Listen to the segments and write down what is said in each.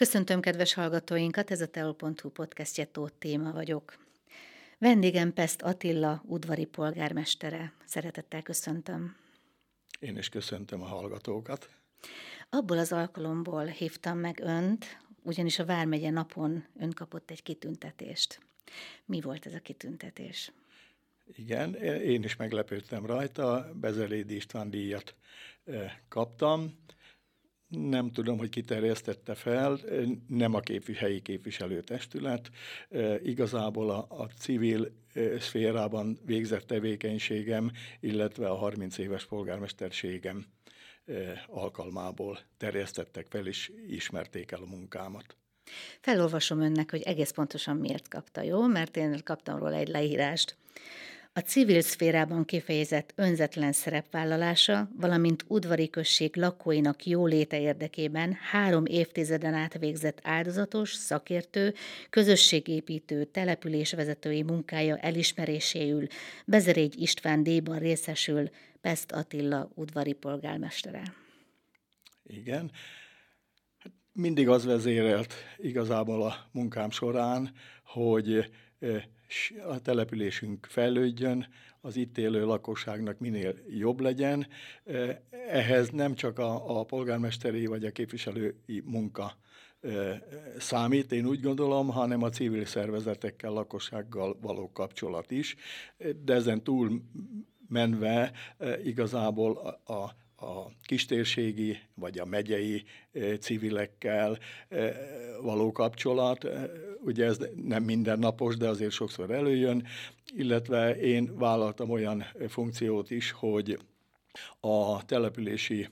Köszöntöm kedves hallgatóinkat, ez a teol.hu podcastje, Tóth Téma vagyok. Vendégem Peszt Attila udvari polgármestere. Szeretettel köszöntöm. Én is köszöntöm a hallgatókat. Abból az alkalomból hívtam meg önt, ugyanis a Vármegye napon ön kapott egy kitüntetést. Mi volt ez a kitüntetés? Igen, én is meglepődtem rajta, Bezelédi István díjat kaptam. Nem tudom, hogy ki terjesztette fel, nem a helyi képviselőtestület. Igazából a civil szférában végzett tevékenységem, illetve a 30 éves polgármesterségem alkalmából terjesztettek fel, és ismerték el a munkámat. Felolvasom önnek, hogy egész pontosan miért kapta, jó? Mert én kaptam róla egy leírást. A civil szférában kifejezett önzetlen szerepvállalása, valamint udvari község lakóinak jóléte érdekében 3 évtizeden át végzett áldozatos, szakértő, közösségépítő, településvezetői munkája elismeréséül Bezerégy István díjban részesül Peszt Attila udvari polgármestere. Igen. Mindig az vezérelt igazából a munkám során, hogy a településünk fejlődjön, az itt élő lakosságnak minél jobb legyen. Ehhez nem csak a polgármesteri vagy a képviselői munka számít, én úgy gondolom, hanem a civil szervezetekkel, lakossággal való kapcsolat is. De ezen túl menve igazából a kistérségi vagy a megyei civilekkel való kapcsolat, ugye ez nem mindennapos, de azért sokszor előjön, illetve én vállaltam olyan funkciót is, hogy a települési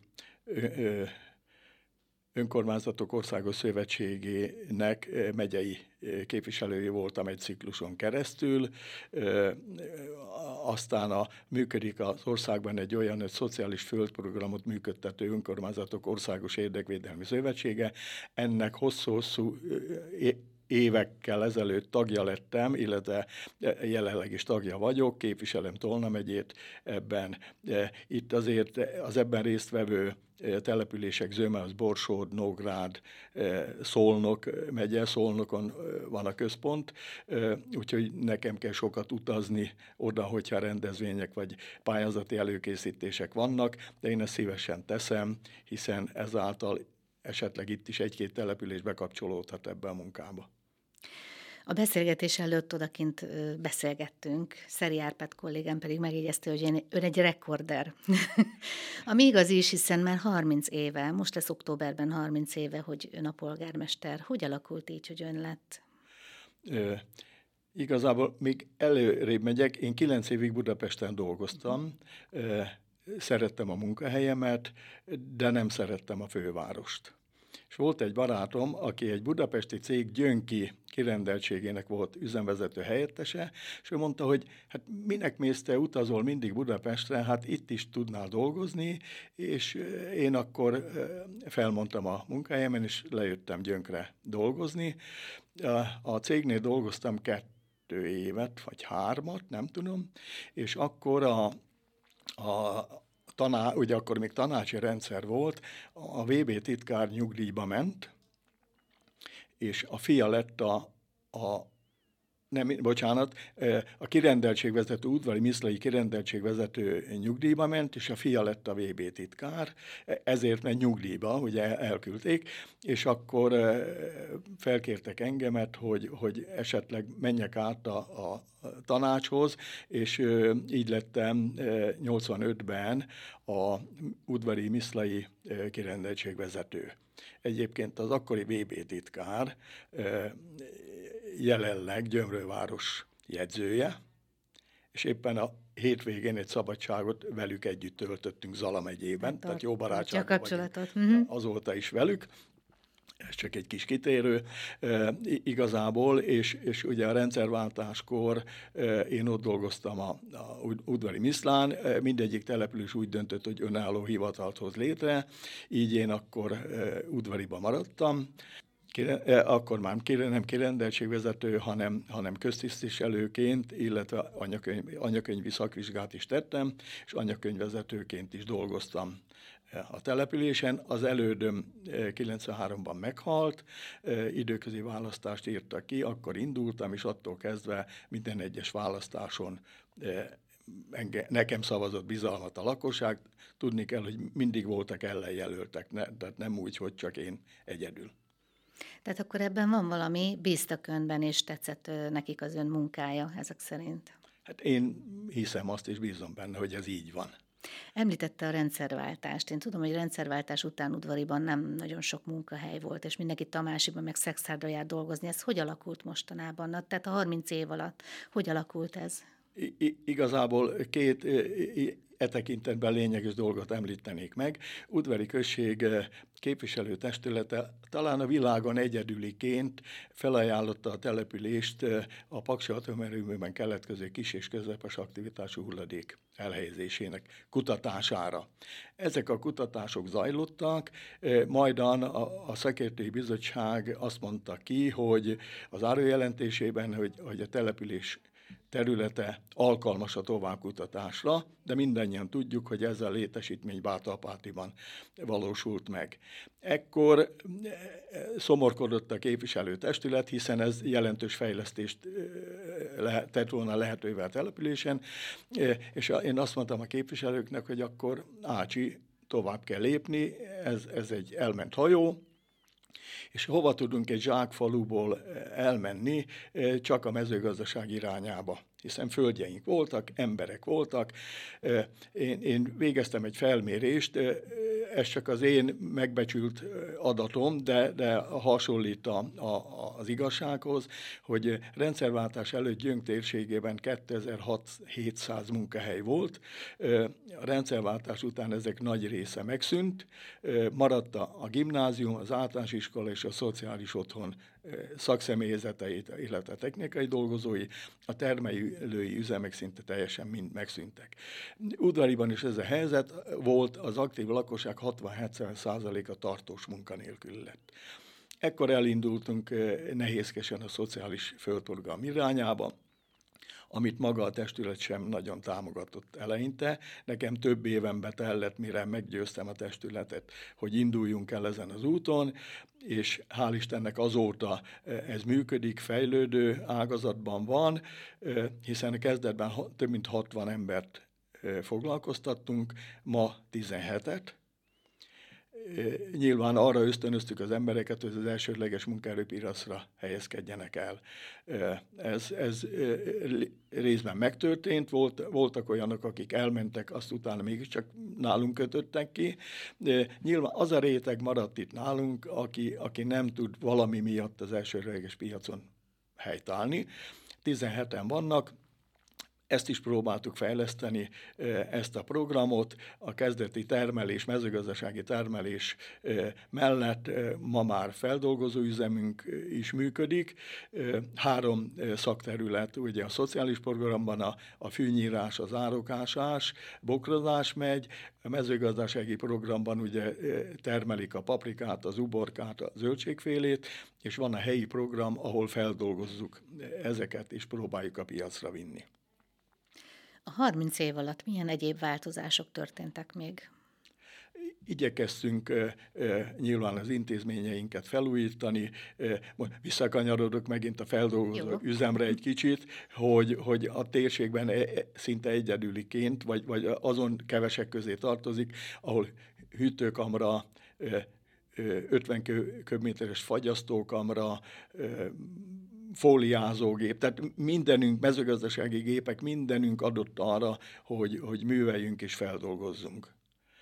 önkormányzatok országos szövetségének megyei képviselői voltam egy cikluson keresztül. Aztán működik az országban egy olyan szociális földprogramot működtető önkormányzatok országos érdekvédelmi szövetsége. Ennek hosszú-hosszú évekkel ezelőtt tagja lettem, illetve jelenleg is tagja vagyok, képviselem Tolna megyét ebben. Itt azért az ebben résztvevő települések Zömez, Borsod, Nógrád, Szolnok megye, Szolnokon van a központ, úgyhogy nekem kell sokat utazni oda, hogyha rendezvények vagy pályázati előkészítések vannak, de én ezt szívesen teszem, hiszen ezáltal esetleg itt is 1-2 település bekapcsolódhat ebbe a munkába. A beszélgetés előtt odakint beszélgettünk, Szeri Árpád kollégám pedig megjegyezte, hogy ön egy rekorder. Ami igaz is, hiszen már 30 éve, most lesz októberben 30 éve, hogy ön a polgármester. Hogy alakult így, hogy ön lett? Igazából még előrébb megyek, én 9 évig Budapesten dolgoztam, szerettem a munkahelyemet, de nem szerettem a fővárost. És volt egy barátom, aki egy budapesti cég Gyönki kirendeltségének volt üzemvezető helyettese, és ő mondta, hogy hát minek mész te, utazol mindig Budapestre, hát itt is tudnál dolgozni, és én akkor felmondtam a munkahelyemen, és lejöttem Gyönkre dolgozni. A cégnél dolgoztam 2 évet, vagy 3, nem tudom, és akkor ugye akkor még tanácsi rendszer volt, a VB titkár nyugdíjba ment, és a fia lett a kirendeltségvezető, udvari miszlai kirendeltségvezető nyugdíjba ment, és a fia lett a VB titkár, ezért ment nyugdíjba, ugye elküldték, és akkor felkértek engemet, hogy esetleg menjek át a tanácshoz, és így lettem 85-ben a udvari miszlai kirendeltségvezető. Egyébként az akkori VB titkár jelenleg Gyömrőváros jegyzője, és éppen a hétvégén egy szabadságot velük együtt töltöttünk Zala megyében, tehát jó barátságban vagyunk azóta is velük. Ez csak egy kis kitérő igazából, és ugye a rendszerváltáskor én ott dolgoztam a udvari miszlán, mindegyik település úgy döntött, hogy önálló hivatalt hoz létre, így én akkor udvariba maradtam. akkor már nem kirendeltségvezető, hanem köztisztviselőként, illetve anyakönyvi szakvizsgát is tettem, és anyakönyvvezetőként is dolgoztam a településen. Az elődöm 93-ban meghalt, időközi választást írtak ki, akkor indultam, és attól kezdve minden egyes választáson nekem szavazott bizalmat a lakosság. Tudni kell, hogy mindig voltak ellenjelöltek, tehát nem úgy, hogy csak én egyedül. Tehát akkor ebben van valami, bíztak önben, és tetszett nekik az ön munkája ezek szerint? Hát én hiszem azt, és bízom benne, hogy ez így van. Említette a rendszerváltást. Én tudom, hogy rendszerváltás után Udvariban nem nagyon sok munkahely volt, és mindenki Tamásiban meg Szekszárda járt dolgozni. Ez hogy alakult mostanában? Tehát a 30 év alatt hogy alakult ez? Igazából két tekintetben lényeges dolgot említenék meg. Udvari község képviselőtestülete talán a világon egyedüliként felajánlotta a települést a Paksi atomerőműben keletkező kis és közepes aktivitású hulladék elhelyezésének kutatására. Ezek a kutatások zajlottak, majdan a szakértői bizottság azt mondta ki, hogy az árujelentésében, hogy a település területe alkalmas a továbbkutatásra, de mindannyian tudjuk, hogy ez a létesítmény Bátorpátiban valósult meg. Ekkor szomorkodott a képviselőtestület, hiszen ez jelentős fejlesztést tett volna lehetővé a településen, és én azt mondtam a képviselőknek, hogy akkor Ácsi, tovább kell lépni, ez egy elment hajó, és hova tudunk egy zsákfaluból elmenni, csak a mezőgazdaság irányába, hiszen földjeink voltak, emberek voltak. Én végeztem egy felmérést, ez csak az én megbecsült adatom, de hasonlít az igazsághoz, hogy rendszerváltás előtt Gyönk térségében 2600 munkahely volt, a rendszerváltás után ezek nagy része megszűnt, maradt a gimnázium, az általános iskola és a szociális otthon szakszemélyzeteit, illetve technikai dolgozói, a termelői üzemek szinte teljesen mind megszűntek. Udvariban is ez a helyzet volt, az aktív lakosság 60-70%-a tartós munkanélkül lett. Ekkor elindultunk nehézkesen a szociális földprogram irányába, amit maga a testület sem nagyon támogatott eleinte. Nekem több évenbe tellett, mire meggyőztem a testületet, hogy induljunk el ezen az úton, és hál' Istennek azóta ez működik, fejlődő ágazatban van, hiszen a kezdetben több mint 60 embert foglalkoztattunk, ma 17-et. Nyilván arra ösztönöztük az embereket, hogy az elsődleges munkaerőpiacra helyezkedjenek el. Ez részben megtörtént, voltak olyanok, akik elmentek, azt utána mégiscsak nálunk kötöttek ki. Nyilván az a réteg maradt itt nálunk, aki nem tud valami miatt az elsődleges piacon helytállni. 17-en vannak. Ezt is próbáltuk fejleszteni, ezt a programot. A kezdeti termelés, mezőgazdasági termelés mellett ma már feldolgozó üzemünk is működik. 3 szakterület, ugye a szociális programban a fűnyírás, az árokásás, bokrozás megy, a mezőgazdasági programban ugye termelik a paprikát, az uborkát, a zöldségfélét, és van a helyi program, ahol feldolgozzuk ezeket, és próbáljuk a piacra vinni. A 30 év alatt milyen egyéb változások történtek még? Igyekeztünk nyilván az intézményeinket felújítani, visszakanyarodok megint a feldolgozó üzemre egy kicsit, hogy a térségben szinte egyedüliként, vagy azon kevesek közé tartozik, ahol hűtőkamra, 50 köbméteres fagyasztókamra, fóliázógép, tehát mindenünk, mezőgazdasági gépek, mindenünk adott arra, hogy műveljünk és feldolgozzunk.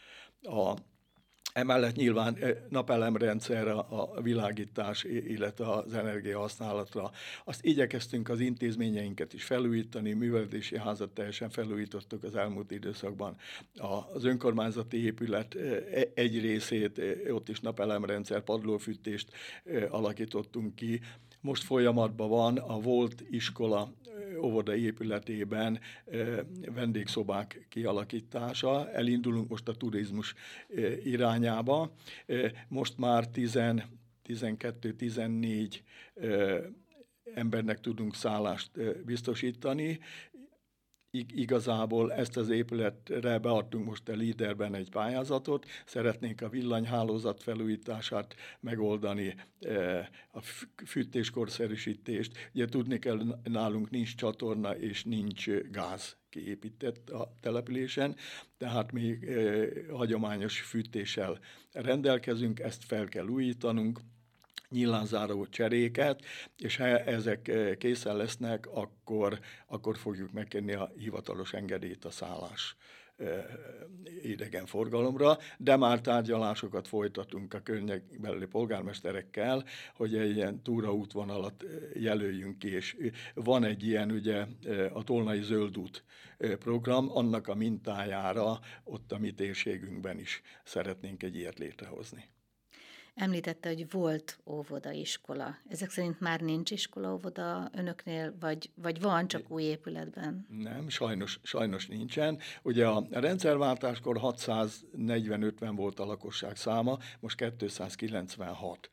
Emellett nyilván napelemrendszer, a világítás, illetve az energiahasználatra. Azt igyekeztünk az intézményeinket is felújítani, művelődési házat teljesen felújítottuk az elmúlt időszakban. Az önkormányzati épület egy részét, ott is napelemrendszer, padlófűtést alakítottunk ki. Most folyamatban van a volt iskola óvodai épületében vendégszobák kialakítása. Elindulunk most a turizmus irányába. Most már 12-14 embernek tudunk szállást biztosítani. Igazából ezt az épületre beadtunk most a Leaderben egy pályázatot, szeretnénk a villanyhálózat felújítását megoldani, a fűtéskorszerűsítést. Ugye tudni kell, nálunk nincs csatorna és nincs gáz kiépített a településen, tehát mi hagyományos fűtéssel rendelkezünk, ezt fel kell újítanunk, nyílánzáró cseréket, és ha ezek készen lesznek, akkor fogjuk megkérni a hivatalos engedélyt a szállás idegenforgalomra, de már tárgyalásokat folytatunk a környékbeli polgármesterekkel, hogy egy ilyen túraútvonalat jelöljünk ki, és van egy ilyen, ugye, a Tolnai Zöld út program, annak a mintájára ott a mi térségünkben is szeretnénk egy ilyet létrehozni. Említette, hogy volt óvodaiskola. Ezek szerint már nincs iskola-óvoda önöknél, vagy van, csak új épületben? Nem, sajnos nincsen. Ugye a rendszerváltáskor 640-50 volt a lakosság száma, most 296.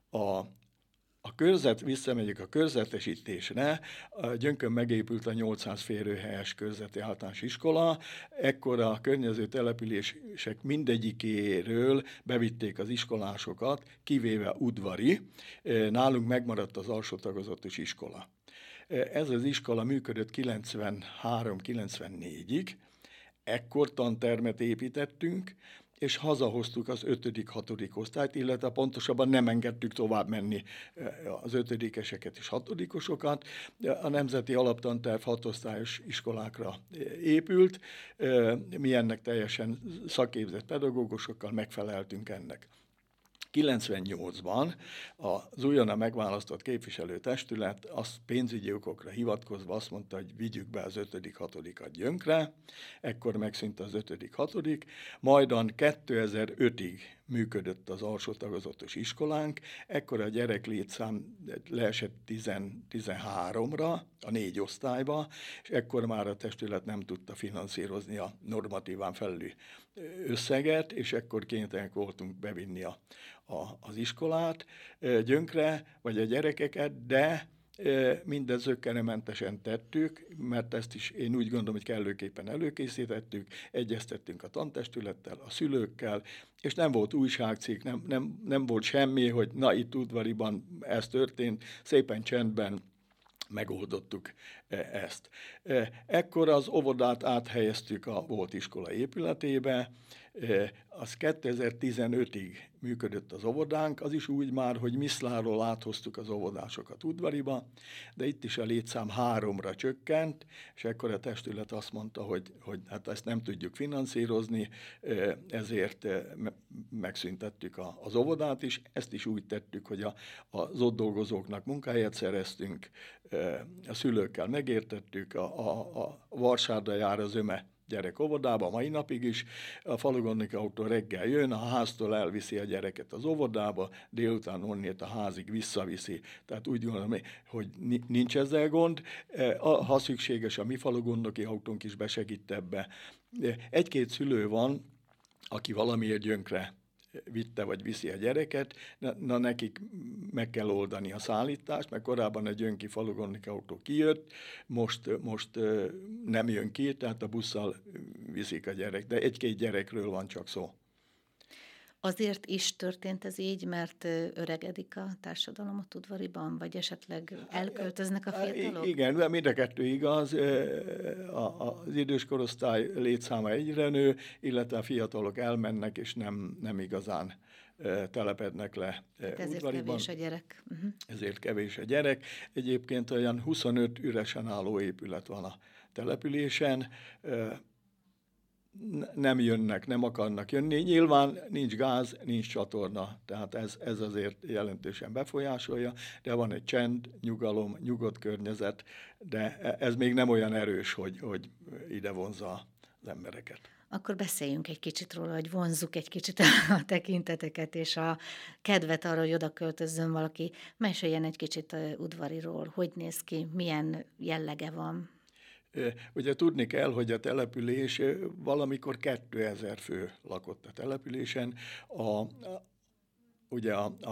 Visszamegyek a körzetesítésre, a Gyönkön megépült a 800 férőhelyes körzeti általános iskola, ekkor a környező települések mindegyikéről bevitték az iskolásokat, kivéve Udvari, nálunk megmaradt az alsó tagozatos iskola. Ez az iskola működött 93-94-ig, ekkor tantermet építettünk, és hazahoztuk az 5.-6. osztályt, illetve pontosabban nem engedtük tovább menni az 5-eseket és 6-osokat. A Nemzeti Alaptanterv 6 osztályos iskolákra épült, mi ennek teljesen szakképzett pedagógusokkal megfeleltünk ennek. 98-ban az újonnan megválasztott képviselőtestület azt pénzügyi okokra hivatkozva azt mondta, hogy vigyük be az 5.-6. Gyönkre, ekkor megszűnt az 5.-6. Majdan 2005-ig működött az alsó tagozatos iskolánk, ekkor a gyerek létszám leesett 13-ra, a 4 osztályba, és ekkor már a testület nem tudta finanszírozni a normatíván felüli összeget, és ekkor kénytelenek voltunk bevinni az iskolát Gyönkre, vagy a gyerekeket, de mindez zökkenőmentesen tettük, mert ezt is én úgy gondolom, hogy kellőképpen előkészítettük, egyeztettünk a tantestülettel, a szülőkkel, és nem volt újságcikk, nem volt semmi, hogy na itt Udvariban ez történt, szépen csendben megoldottuk ezt. Ekkor az óvodát áthelyeztük a volt iskola épületébe, az 2015-ig működött az óvodánk, az is úgy már, hogy Miszláról áthoztuk az óvodásokat Udvariba, de itt is a létszám 3-ra csökkent, és ekkor a testület azt mondta, hogy hát ezt nem tudjuk finanszírozni, ezért megszüntettük az óvodát is, ezt is úgy tettük, hogy az ott dolgozóknak munkahelyet szereztünk, a szülőkkel megértettük, a Varsárda jár az Öme gyerek óvodába, mai napig is, a falugondniki autó reggel jön, a háztól elviszi a gyereket az óvodába, délután onnét a házig visszaviszi. Tehát úgy gondolom, hogy nincs ezzel gond. Ha szükséges, a mi falugondoki autónk is besegít ebbe. Egy-két szülő van, aki valamiért Gyönkre vitte vagy viszi a gyereket, na nekik meg kell oldani a szállítást, mert korábban a gyönki falugondoki autó kijött, most nem jön ki, tehát a busszal viszik a gyerek, de egy-két gyerekről van csak szó. Azért is történt ez így, mert öregedik a társadalom ott Udvariban, vagy esetleg elköltöznek a fiatalok? Igen, de mind a kettő igaz. Az idős korosztály létszáma egyre nő, illetve a fiatalok elmennek, és nem igazán telepednek le ezért Udvariban. Kevés a gyerek. Ezért kevés a gyerek. Egyébként olyan 25 üresen álló épület van a településen, nem jönnek, nem akarnak jönni. Nyilván nincs gáz, nincs csatorna, tehát ez azért jelentősen befolyásolja, de van egy csend, nyugalom, nyugodt környezet, de ez még nem olyan erős, hogy ide vonzza az embereket. Akkor beszéljünk egy kicsit róla, hogy vonzzuk egy kicsit a tekinteteket, és a kedvet arra, hogy oda költözzön valaki. Meséljen egy kicsit Udvariról, hogy néz ki, milyen jellege van. Ugye tudni kell, hogy a település valamikor 2000 fő lakott a településen. Ugye a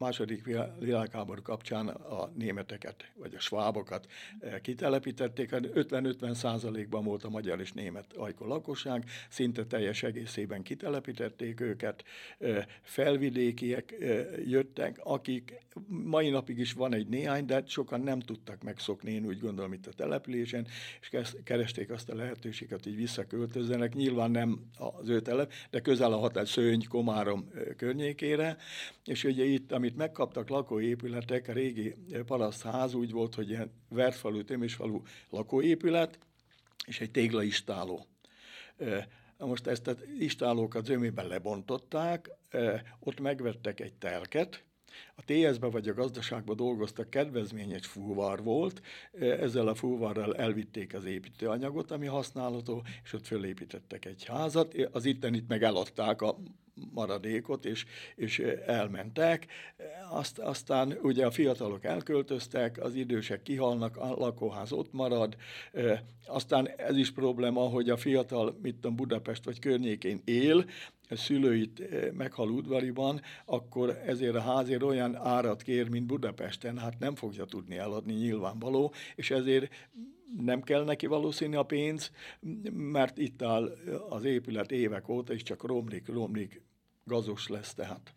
második világháború kapcsán a németeket, vagy a svábokat kitelepítették. 50-50%-ban volt a magyar és német ajkú lakosság, szinte teljes egészében kitelepítették őket. Felvidékiek jöttek, akik mai napig is van egy néhány, de sokan nem tudtak megszokni, én úgy gondolom, itt a településen, és keresték azt a lehetőséget, hogy visszaköltözzenek. Nyilván nem az ő telep, de közel a határ Szőny, Komárom környékére, és ugye itt, amit megkaptak lakóépületek, a régi parasztház úgy volt, hogy ilyen Vertfalu, Tömésfalu lakóépület, és egy téglaistáló. Most ezt az istálókat zömében lebontották, ott megvettek egy telket, a TS-be vagy a gazdaságban dolgoztak, kedvezményes fúvar volt, ezzel a fúvarral elvitték az építőanyagot, ami használható, és ott fölépítettek egy házat, az ittenit meg eladták a maradékot, és elmentek. Aztán ugye a fiatalok elköltöztek, az idősek kihalnak, a lakóház ott marad, aztán ez is probléma, hogy a fiatal, mit tudom, Budapest vagy környékén él, a szülőit meghal udvariban, akkor ezért a házért olyan árat kér, mint Budapesten, hát nem fogja tudni eladni, nyilvánvaló, és ezért nem kell neki valószínű a pénz, mert itt áll az épület évek óta, és csak romlik, gazos lesz tehát.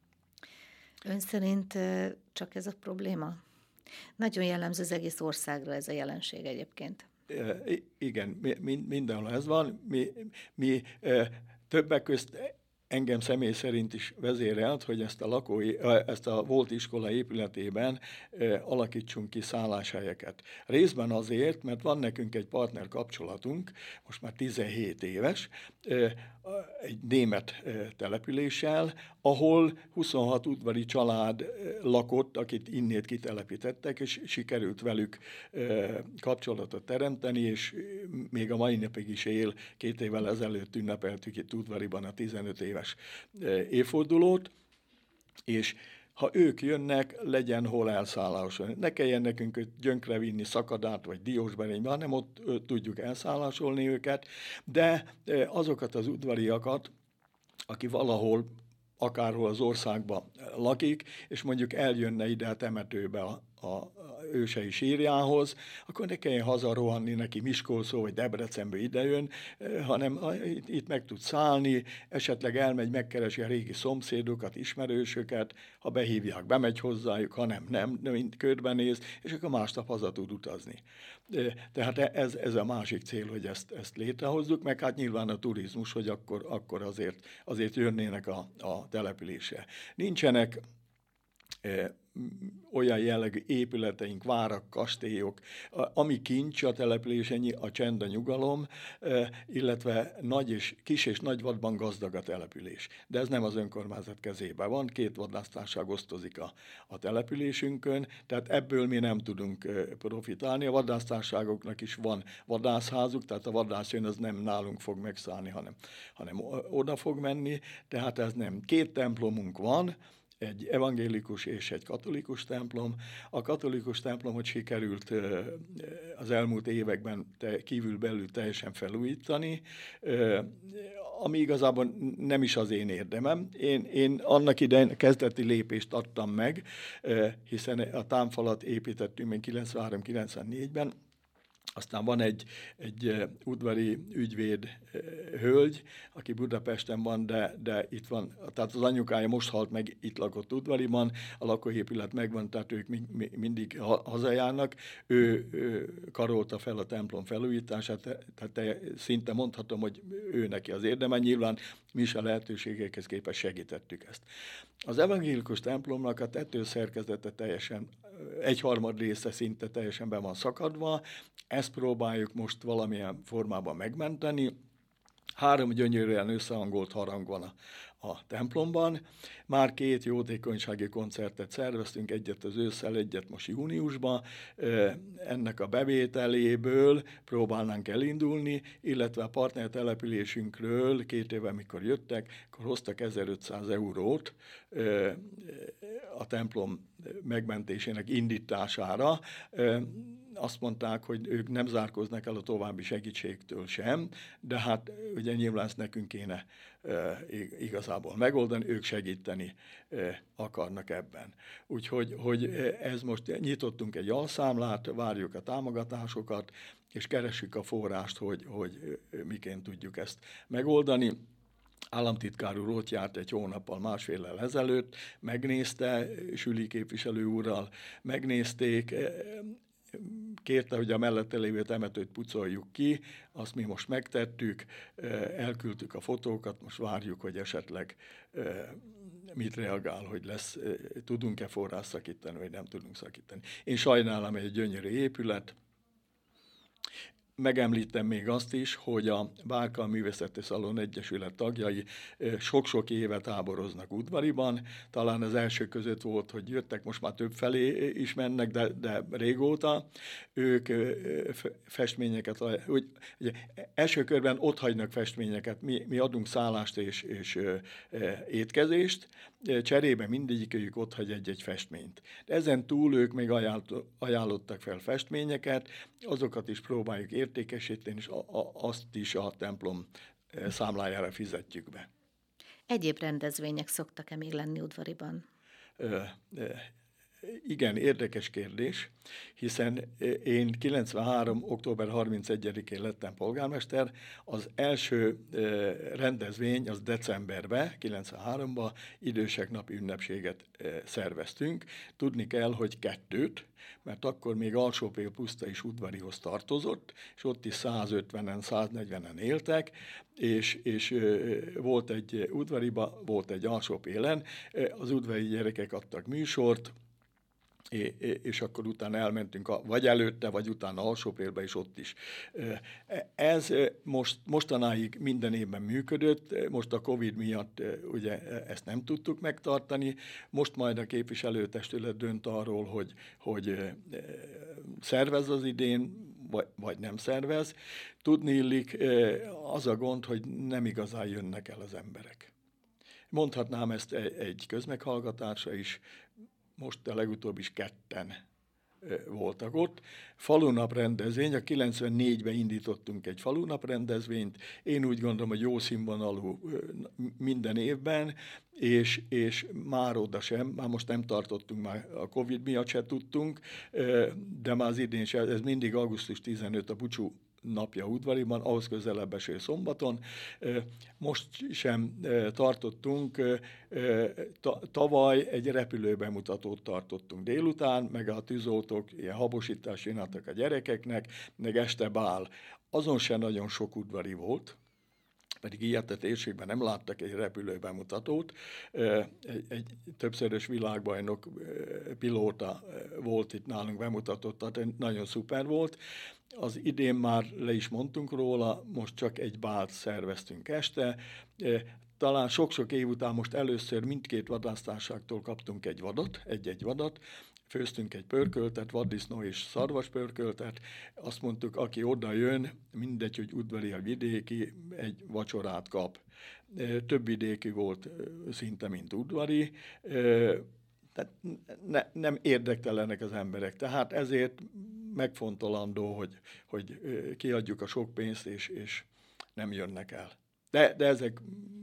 Ön szerint csak ez a probléma? Nagyon jellemző az egész országra ez a jelenség egyébként. Igen, mindenhol ez van. Mi többek közt engem személy szerint is vezérelt, hogy ezt a volt iskola épületében alakítsunk ki szálláshelyeket. Részben azért, mert van nekünk egy partner kapcsolatunk, most már 17 éves, egy német településsel, ahol 26 udvari család lakott, akit innét kitelepítettek, és sikerült velük kapcsolatot teremteni, és még a mai napig is él. 2 évvel ezelőtt ünnepeltük itt Udvariban a 15 éves évfordulót, és ha ők jönnek, legyen hol elszállásolni. Ne kelljen nekünk Gyönkre vinni Szakadát vagy Diósberénybe, hanem ott tudjuk elszállásolni őket, de azokat az udvariakat, aki valahol, akárhol az országban lakik, és mondjuk eljönne ide a temetőbe a ősei sírjához, akkor ne kelljen hazarohanni neki Miskolcról vagy Debrecenbe idejön, hanem itt meg tud szállni, esetleg elmegy, megkeresi a régi szomszédokat, ismerősöket, ha behívják, bemegy hozzájuk, ha nem, körbenéz, és akkor másnap haza tud utazni. Tehát ez a másik cél, hogy ezt létrehozzuk, meg hát nyilván a turizmus, hogy akkor azért jönnének a településre. Nincsenek olyan jellegű épületeink, várak, kastélyok, ami kincs a településen, a csend, a nyugalom, illetve kis és nagy vadban gazdag a település. De ez nem az önkormányzat kezében van, 2 vadásztárság osztozik a településünkön, tehát ebből mi nem tudunk profitálni. A vadásztárságoknak is van vadászházuk, tehát a vadász jön, az nem nálunk fog megszállni, hanem oda fog menni, tehát ez nem. 2 templomunk van, egy evangélikus és egy katolikus templom. A katolikus templomot sikerült az elmúlt években kívül-belül teljesen felújítani, ami igazából nem is az én érdemem. Én annak idején kezdeti lépést adtam meg, hiszen a támfalat építettünk még 93-94-ben, aztán van egy udvari ügyvéd hölgy, aki Budapesten van, de itt van, tehát az anyukája most halt meg, itt lakott Udvariban, a lakóépület megvan, tehát ők mindig hazajárnak. Ő karolta fel a templom felújítását, tehát szinte mondhatom, hogy ő neki az érdeme, nyilván mi is a lehetőségekhez képest segítettük ezt. Az evangélikus templomnak a tetőszerkezete teljesen, 1/3 része szinte teljesen be van szakadva, ezt próbáljuk most valamilyen formában megmenteni. 3 gyönyörűen összehangolt harang van a templomban. Már 2 jótékonysági koncertet szerveztünk, egyet az ősszel, egyet most júniusban. Ennek a bevételéből próbálnánk elindulni, illetve a partnertelepülésünkről 2 éve, mikor jöttek, akkor hoztak 1500 eurót a templom megmentésének indítására. Azt mondták, hogy ők nem zárkóznak el a további segítségtől sem, de hát ugye nyilván ezt nekünk kéne igazából megoldani, ők segíteni akarnak ebben. Úgyhogy ez most nyitottunk egy alszámlát, várjuk a támogatásokat, és keressük a forrást, hogy miként tudjuk ezt megoldani. Államtitkár úr ott járt egy hónappal, másféllel ezelőtt, megnézte, Süli képviselő úrral megnézték, kérte, hogy a mellette lévő temetőt pucoljuk ki, azt mi most megtettük, elküldtük a fotókat, most várjuk, hogy esetleg mit reagál, hogy tudunk-e forrást szakítani, vagy nem tudunk szakítani. Én sajnálom, egy gyönyörű épület. Megemlítem még azt is, hogy a Bárka Művészeti Szalon Egyesület tagjai sok-sok éve táboroznak Udvariban. Talán az első között volt, hogy jöttek, most már több felé is mennek, de régóta. Ők festményeket, ugye, első körben ott hagynak festményeket, mi adunk szállást és étkezést, cserébe mindegyikőjük ott hagy egy festményt. De ezen túl ők még ajánlottak fel festményeket, azokat is próbáljuk értékesíteni, és azt is a templom számlájára fizetjük be. Egyéb rendezvények szoktak-e még lenni Udvariban? Igen, érdekes kérdés, hiszen én 93. október 31-én lettem polgármester, az első rendezvény az decemberben, 93-ban idősek napi ünnepséget szerveztünk. Tudni kell, hogy 2, mert akkor még Alsópél puszta is Udvarihoz tartozott, és ott is 150-en, 140-en éltek, és volt egy Udvariba, volt egy Alsópélen, az udvari gyerekek adtak műsort, és akkor utána elmentünk, vagy előtte, vagy utána Alsópélbe, és ott is. Ez mostanáig minden évben működött, most a Covid miatt ugye ezt nem tudtuk megtartani, most majd a képviselőtestület dönt arról, hogy szervez az idén, vagy nem szervez. Tudni illik, az a gond, hogy nem igazán jönnek el az emberek. Mondhatnám ezt egy közmeghallgatásra is, most a legutóbb is 2 voltak ott. Falunap rendezvény, a 94-ben indítottunk egy falunap rendezvényt, én úgy gondolom, hogy jó színvonalú minden évben, és már oda sem, már most nem tartottunk, már a Covid miatt se tudtunk, de már az idén sem, ez mindig augusztus 15 a búcsú napja Udvariban, ahhoz közelebb eső szombaton. Most sem tartottunk, tavaly egy repülőbemutatót tartottunk délután, meg a tűzoltók ilyen habosítást csináltak a gyerekeknek, meg este bál. Azon sem nagyon sok udvari volt, pedig ilyet a térségben nem láttak egy repülőbemutatót. Egy többszörös világbajnok pilóta volt itt nálunk bemutatott, tehát nagyon szuper volt. Az idén már le is mondtunk róla, most csak egy bált szerveztünk este. Talán sok-sok év után most először mindkét vadásztárságtól kaptunk egy vadat, egy-egy vadat, főztünk egy pörköltet, vaddisznó és szarvaspörköltet, azt mondtuk, aki oda jön, mindegy, hogy udvari a vidéki, egy vacsorát kap. Több vidéki volt szinte, mint udvari, tehát nem érdektelenek az emberek. Tehát ezért megfontolandó, hogy kiadjuk a sok pénzt, és nem jönnek el. De ezek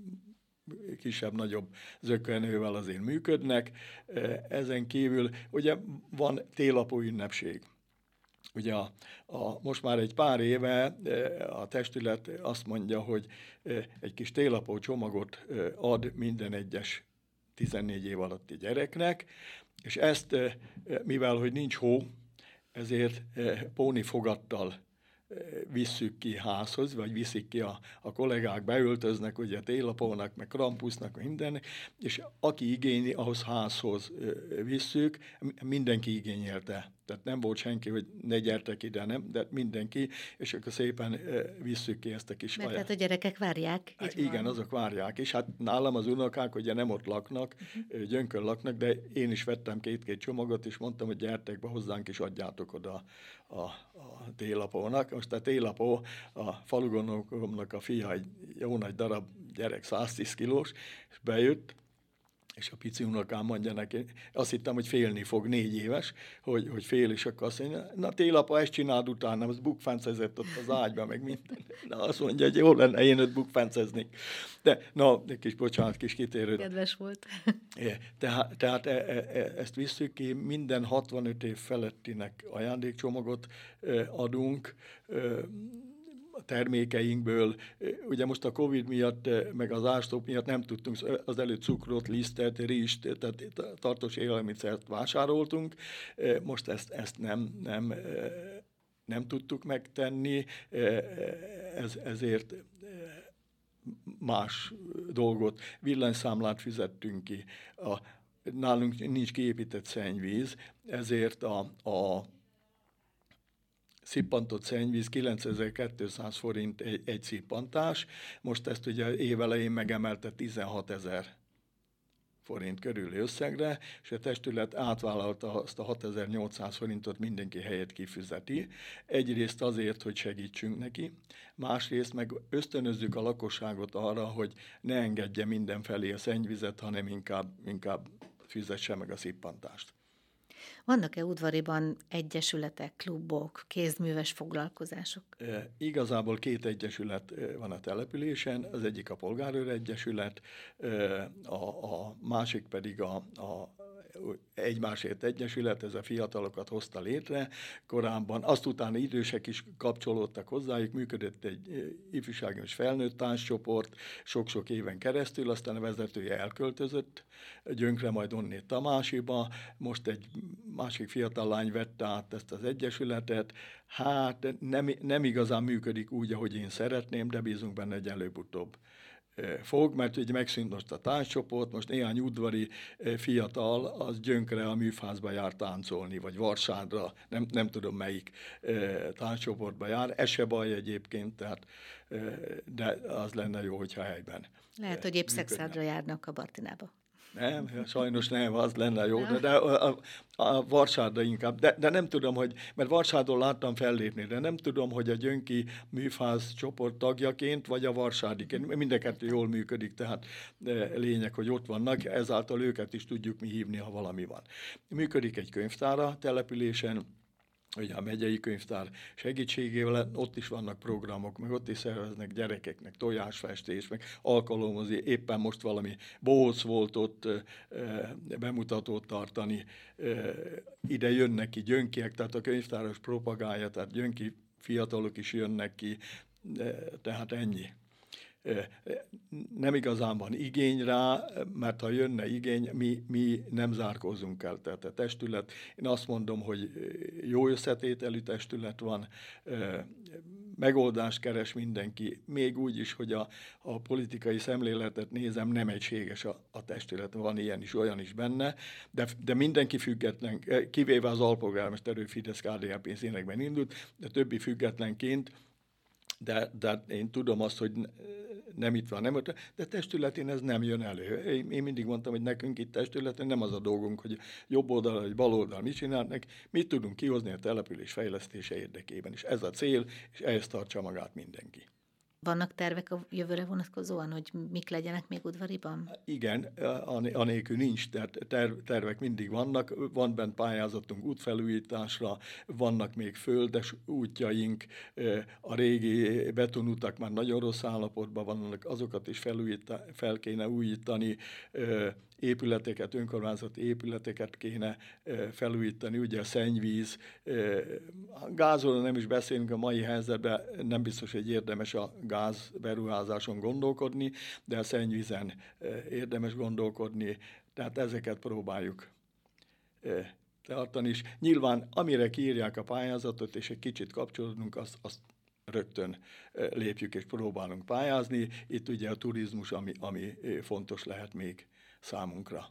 kisebb-nagyobb zökkenővel azért működnek. Ezen kívül ugye van télapó ünnepség. Ugye most már egy pár éve a testület azt mondja, hogy egy kis télapó csomagot ad minden egyes 14 év alatti gyereknek, és ezt, mivel hogy nincs hó, ezért pónifogattal visszük ki házhoz, vagy viszik ki a kollégák, beöltöznek, ugye télapónak, meg krampusznak, mindennek, és aki igényli, ahhoz házhoz visszük, mindenki igényelte. Tehát nem volt senki, hogy ne gyertek ide, nem, de mindenki, és akkor szépen visszük ki ezt a kis Mert hát a gyerekek várják. Igen, van. Azok várják, és hát nálam az unokák ugye nem ott laknak, Gyönkön laknak, de én is vettem 2 csomagot, és mondtam, hogy gyertek be hozzánk, és adjátok oda a télapónak. Most a télapó, a falugonokomnak a fia, egy jó nagy darab gyerek, 110 kilós, és bejött, És a pici unokám mondja neki, azt hittem, hogy félni fog, 4 éves, hogy fél, és akkor azt mondja, na télapa, ezt csináld utána, az bukfencezett ott az ágyba, meg minden. Na azt mondja, hogy jó lenne, én őt bukfenceznék. De, na, kis kitérő. Kedves volt. Tehát ezt visszük ki, minden 65 év felettinek ajándékcsomagot adunk, a termékeinkből. Ugye most a Covid miatt, meg az árstop miatt nem tudtunk az előtt cukrot, lisztet, rizst, tehát tartós élelmiszert vásároltunk. Most ezt nem tudtuk megtenni, ezért más dolgot, villanyszámlát fizettünk ki. Nálunk nincs kiépített szennyvíz, ezért a szippantott szennyvíz 9200 forint egy szippantás, most ezt ugye évelején megemelte 16 000 forint körüli összegre, és a testület átvállalta azt a 6800 forintot, mindenki helyett kifizeti. Egyrészt azért, hogy segítsünk neki, másrészt meg ösztönözzük a lakosságot arra, hogy ne engedje mindenfelé a szennyvizet, hanem inkább fizesse meg a szippantást. Vannak-e udvariban egyesületek, klubok, kézműves foglalkozások? Igazából 2 egyesület van a településen, az egyik a Polgárőr Egyesület, a másik pedig a Egymásért Egyesület, ez a fiatalokat hozta létre korábban. Azt utána idősek is kapcsolódtak hozzájuk, működött egy ifjúsági és felnőtt társcsoport sok-sok éven keresztül, aztán a vezetője elköltözött Gyönkre, majd onnét Tamásiba, most egy másik fiatal lány vette át ezt az egyesületet. Hát nem igazán működik úgy, ahogy én szeretném, de bízunk benne, hogy előbb-utóbb fog, mert ugye megszűnt most a tánccsoport, most néhány udvari fiatal az Gyönkre a műfázba jár táncolni, vagy Varsádra, nem tudom melyik tánccsoportba jár, ez se baj egyébként, tehát, de az lenne jó, hogyha helyben. Lehet, hogy épp Szexádra járnak a Bartinába. Nem, sajnos nem, az lenne jó, de a Varsádra inkább. De nem tudom, mert Varsádon láttam fellépni, de nem tudom, hogy a Gyönki műfáz csoport tagjaként, vagy a varsádiként. Mind a kettő jól működik, tehát lényeg, hogy ott vannak, ezáltal őket is tudjuk mi hívni, ha valami van. Működik egy könyvtár a településen, ugye a megyei könyvtár segítségével, ott is vannak programok, meg ott is szerveznek gyerekeknek tojásfestés, meg alkalmazni, éppen most valami bohóc volt ott bemutatót tartani, ide jönnek ki gyönkiek, tehát a könyvtáros propagálja, tehát gyönki fiatalok is jönnek ki, tehát ennyi. Nem igazán van igény rá, mert ha jönne igény, mi nem zárkózunk el. Tehát a testület, én azt mondom, hogy jó összetételű testület van, megoldást keres mindenki, még úgy is, hogy a politikai szemléletet nézem, nem egységes a testület, van ilyen is, olyan is benne, de mindenki független, kivéve az alpolgármester, ő Fidesz-KDNP színekben indult, de többi függetlenként, de én tudom azt, hogy nem itt van, nem ott, de testületén ez nem jön elő. Én mindig mondtam, hogy nekünk itt testületen nem az a dolgunk, hogy jobb oldal vagy bal oldal mit csinálnak, mit tudunk kihozni a település fejlesztése érdekében, és ez a cél, és ehhez tartsa magát mindenki. Vannak tervek a jövőre vonatkozóan, hogy mik legyenek még udvariban? Igen, anélkül nincs, tehát tervek mindig vannak, van bent pályázatunk útfelújításra, vannak még földes útjaink, a régi betonutak már nagyon rossz állapotban vannak, azokat is fel kéne újítani, épületeket, önkormányzati épületeket kéne felújítani, ugye a szennyvíz, gázról nem is beszélünk a mai helyzetben, nem biztos, hogy érdemes a gáz beruházáson gondolkodni, de a szennyvízen érdemes gondolkodni, tehát ezeket próbáljuk tartani is. Nyilván, amire kiírják a pályázatot, és egy kicsit kapcsolódunk, azt rögtön lépjük és próbálunk pályázni. Itt ugye a turizmus, ami fontos lehet még számunkra.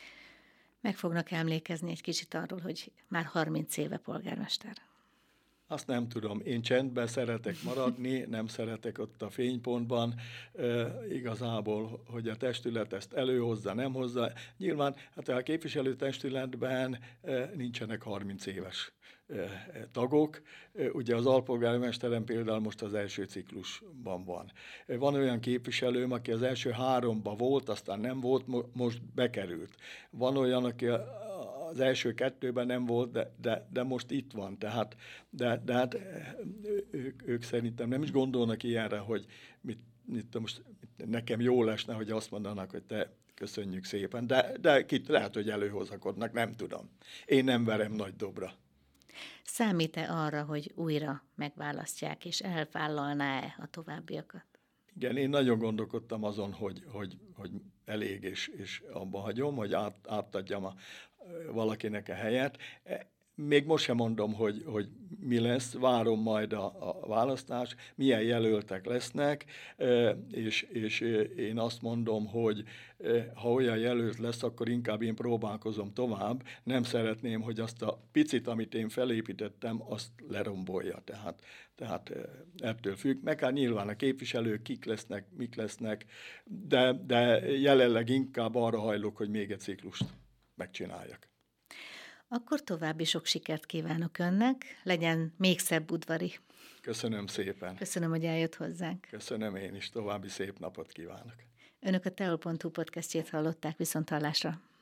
Meg fognak emlékezni egy kicsit arról, hogy már 30 éve polgármester. Azt nem tudom. Én csendben szeretek maradni, nem szeretek ott a fénypontban. Igazából, hogy a testület ezt előhozza, nem hozza. Nyilván hát a képviselőtestületben nincsenek 30 éves tagok. Ugye az alpolgármesterem például most az első ciklusban van. Van olyan képviselőm, aki az első 3-ban volt, aztán nem volt, most bekerült. Van olyan, aki az első 2-ben nem volt, de most itt van. Tehát, de hát ők szerintem nem is gondolnak ilyenre, hogy most nekem jó lesne, hogy azt mondanak, hogy te köszönjük szépen. De lehet, hogy előhozakodnak, nem tudom. Én nem verem nagy dobra. Számít-e arra, hogy újra megválasztják, és elvállalná-e a továbbiakat? Igen, én nagyon gondolkodtam azon, hogy elég, és abba hagyom, hogy átadjam valakinek a helyet. Még most sem mondom, hogy mi lesz, várom majd a választás, milyen jelöltek lesznek, és én azt mondom, hogy ha olyan jelölt lesz, akkor inkább én próbálkozom tovább. Nem szeretném, hogy azt a picit, amit én felépítettem, azt lerombolja. Tehát ettől függ. Meg hát nyilván a képviselők kik lesznek, mik lesznek, de jelenleg inkább arra hajlok, hogy még egy ciklust megcsináljak. Akkor további sok sikert kívánok önnek, legyen még szebb udvari. Köszönöm szépen. Köszönöm, hogy eljött hozzánk. Köszönöm én is, további szép napot kívánok. Önök a teol.hu podcastjét hallották, viszonthallásra.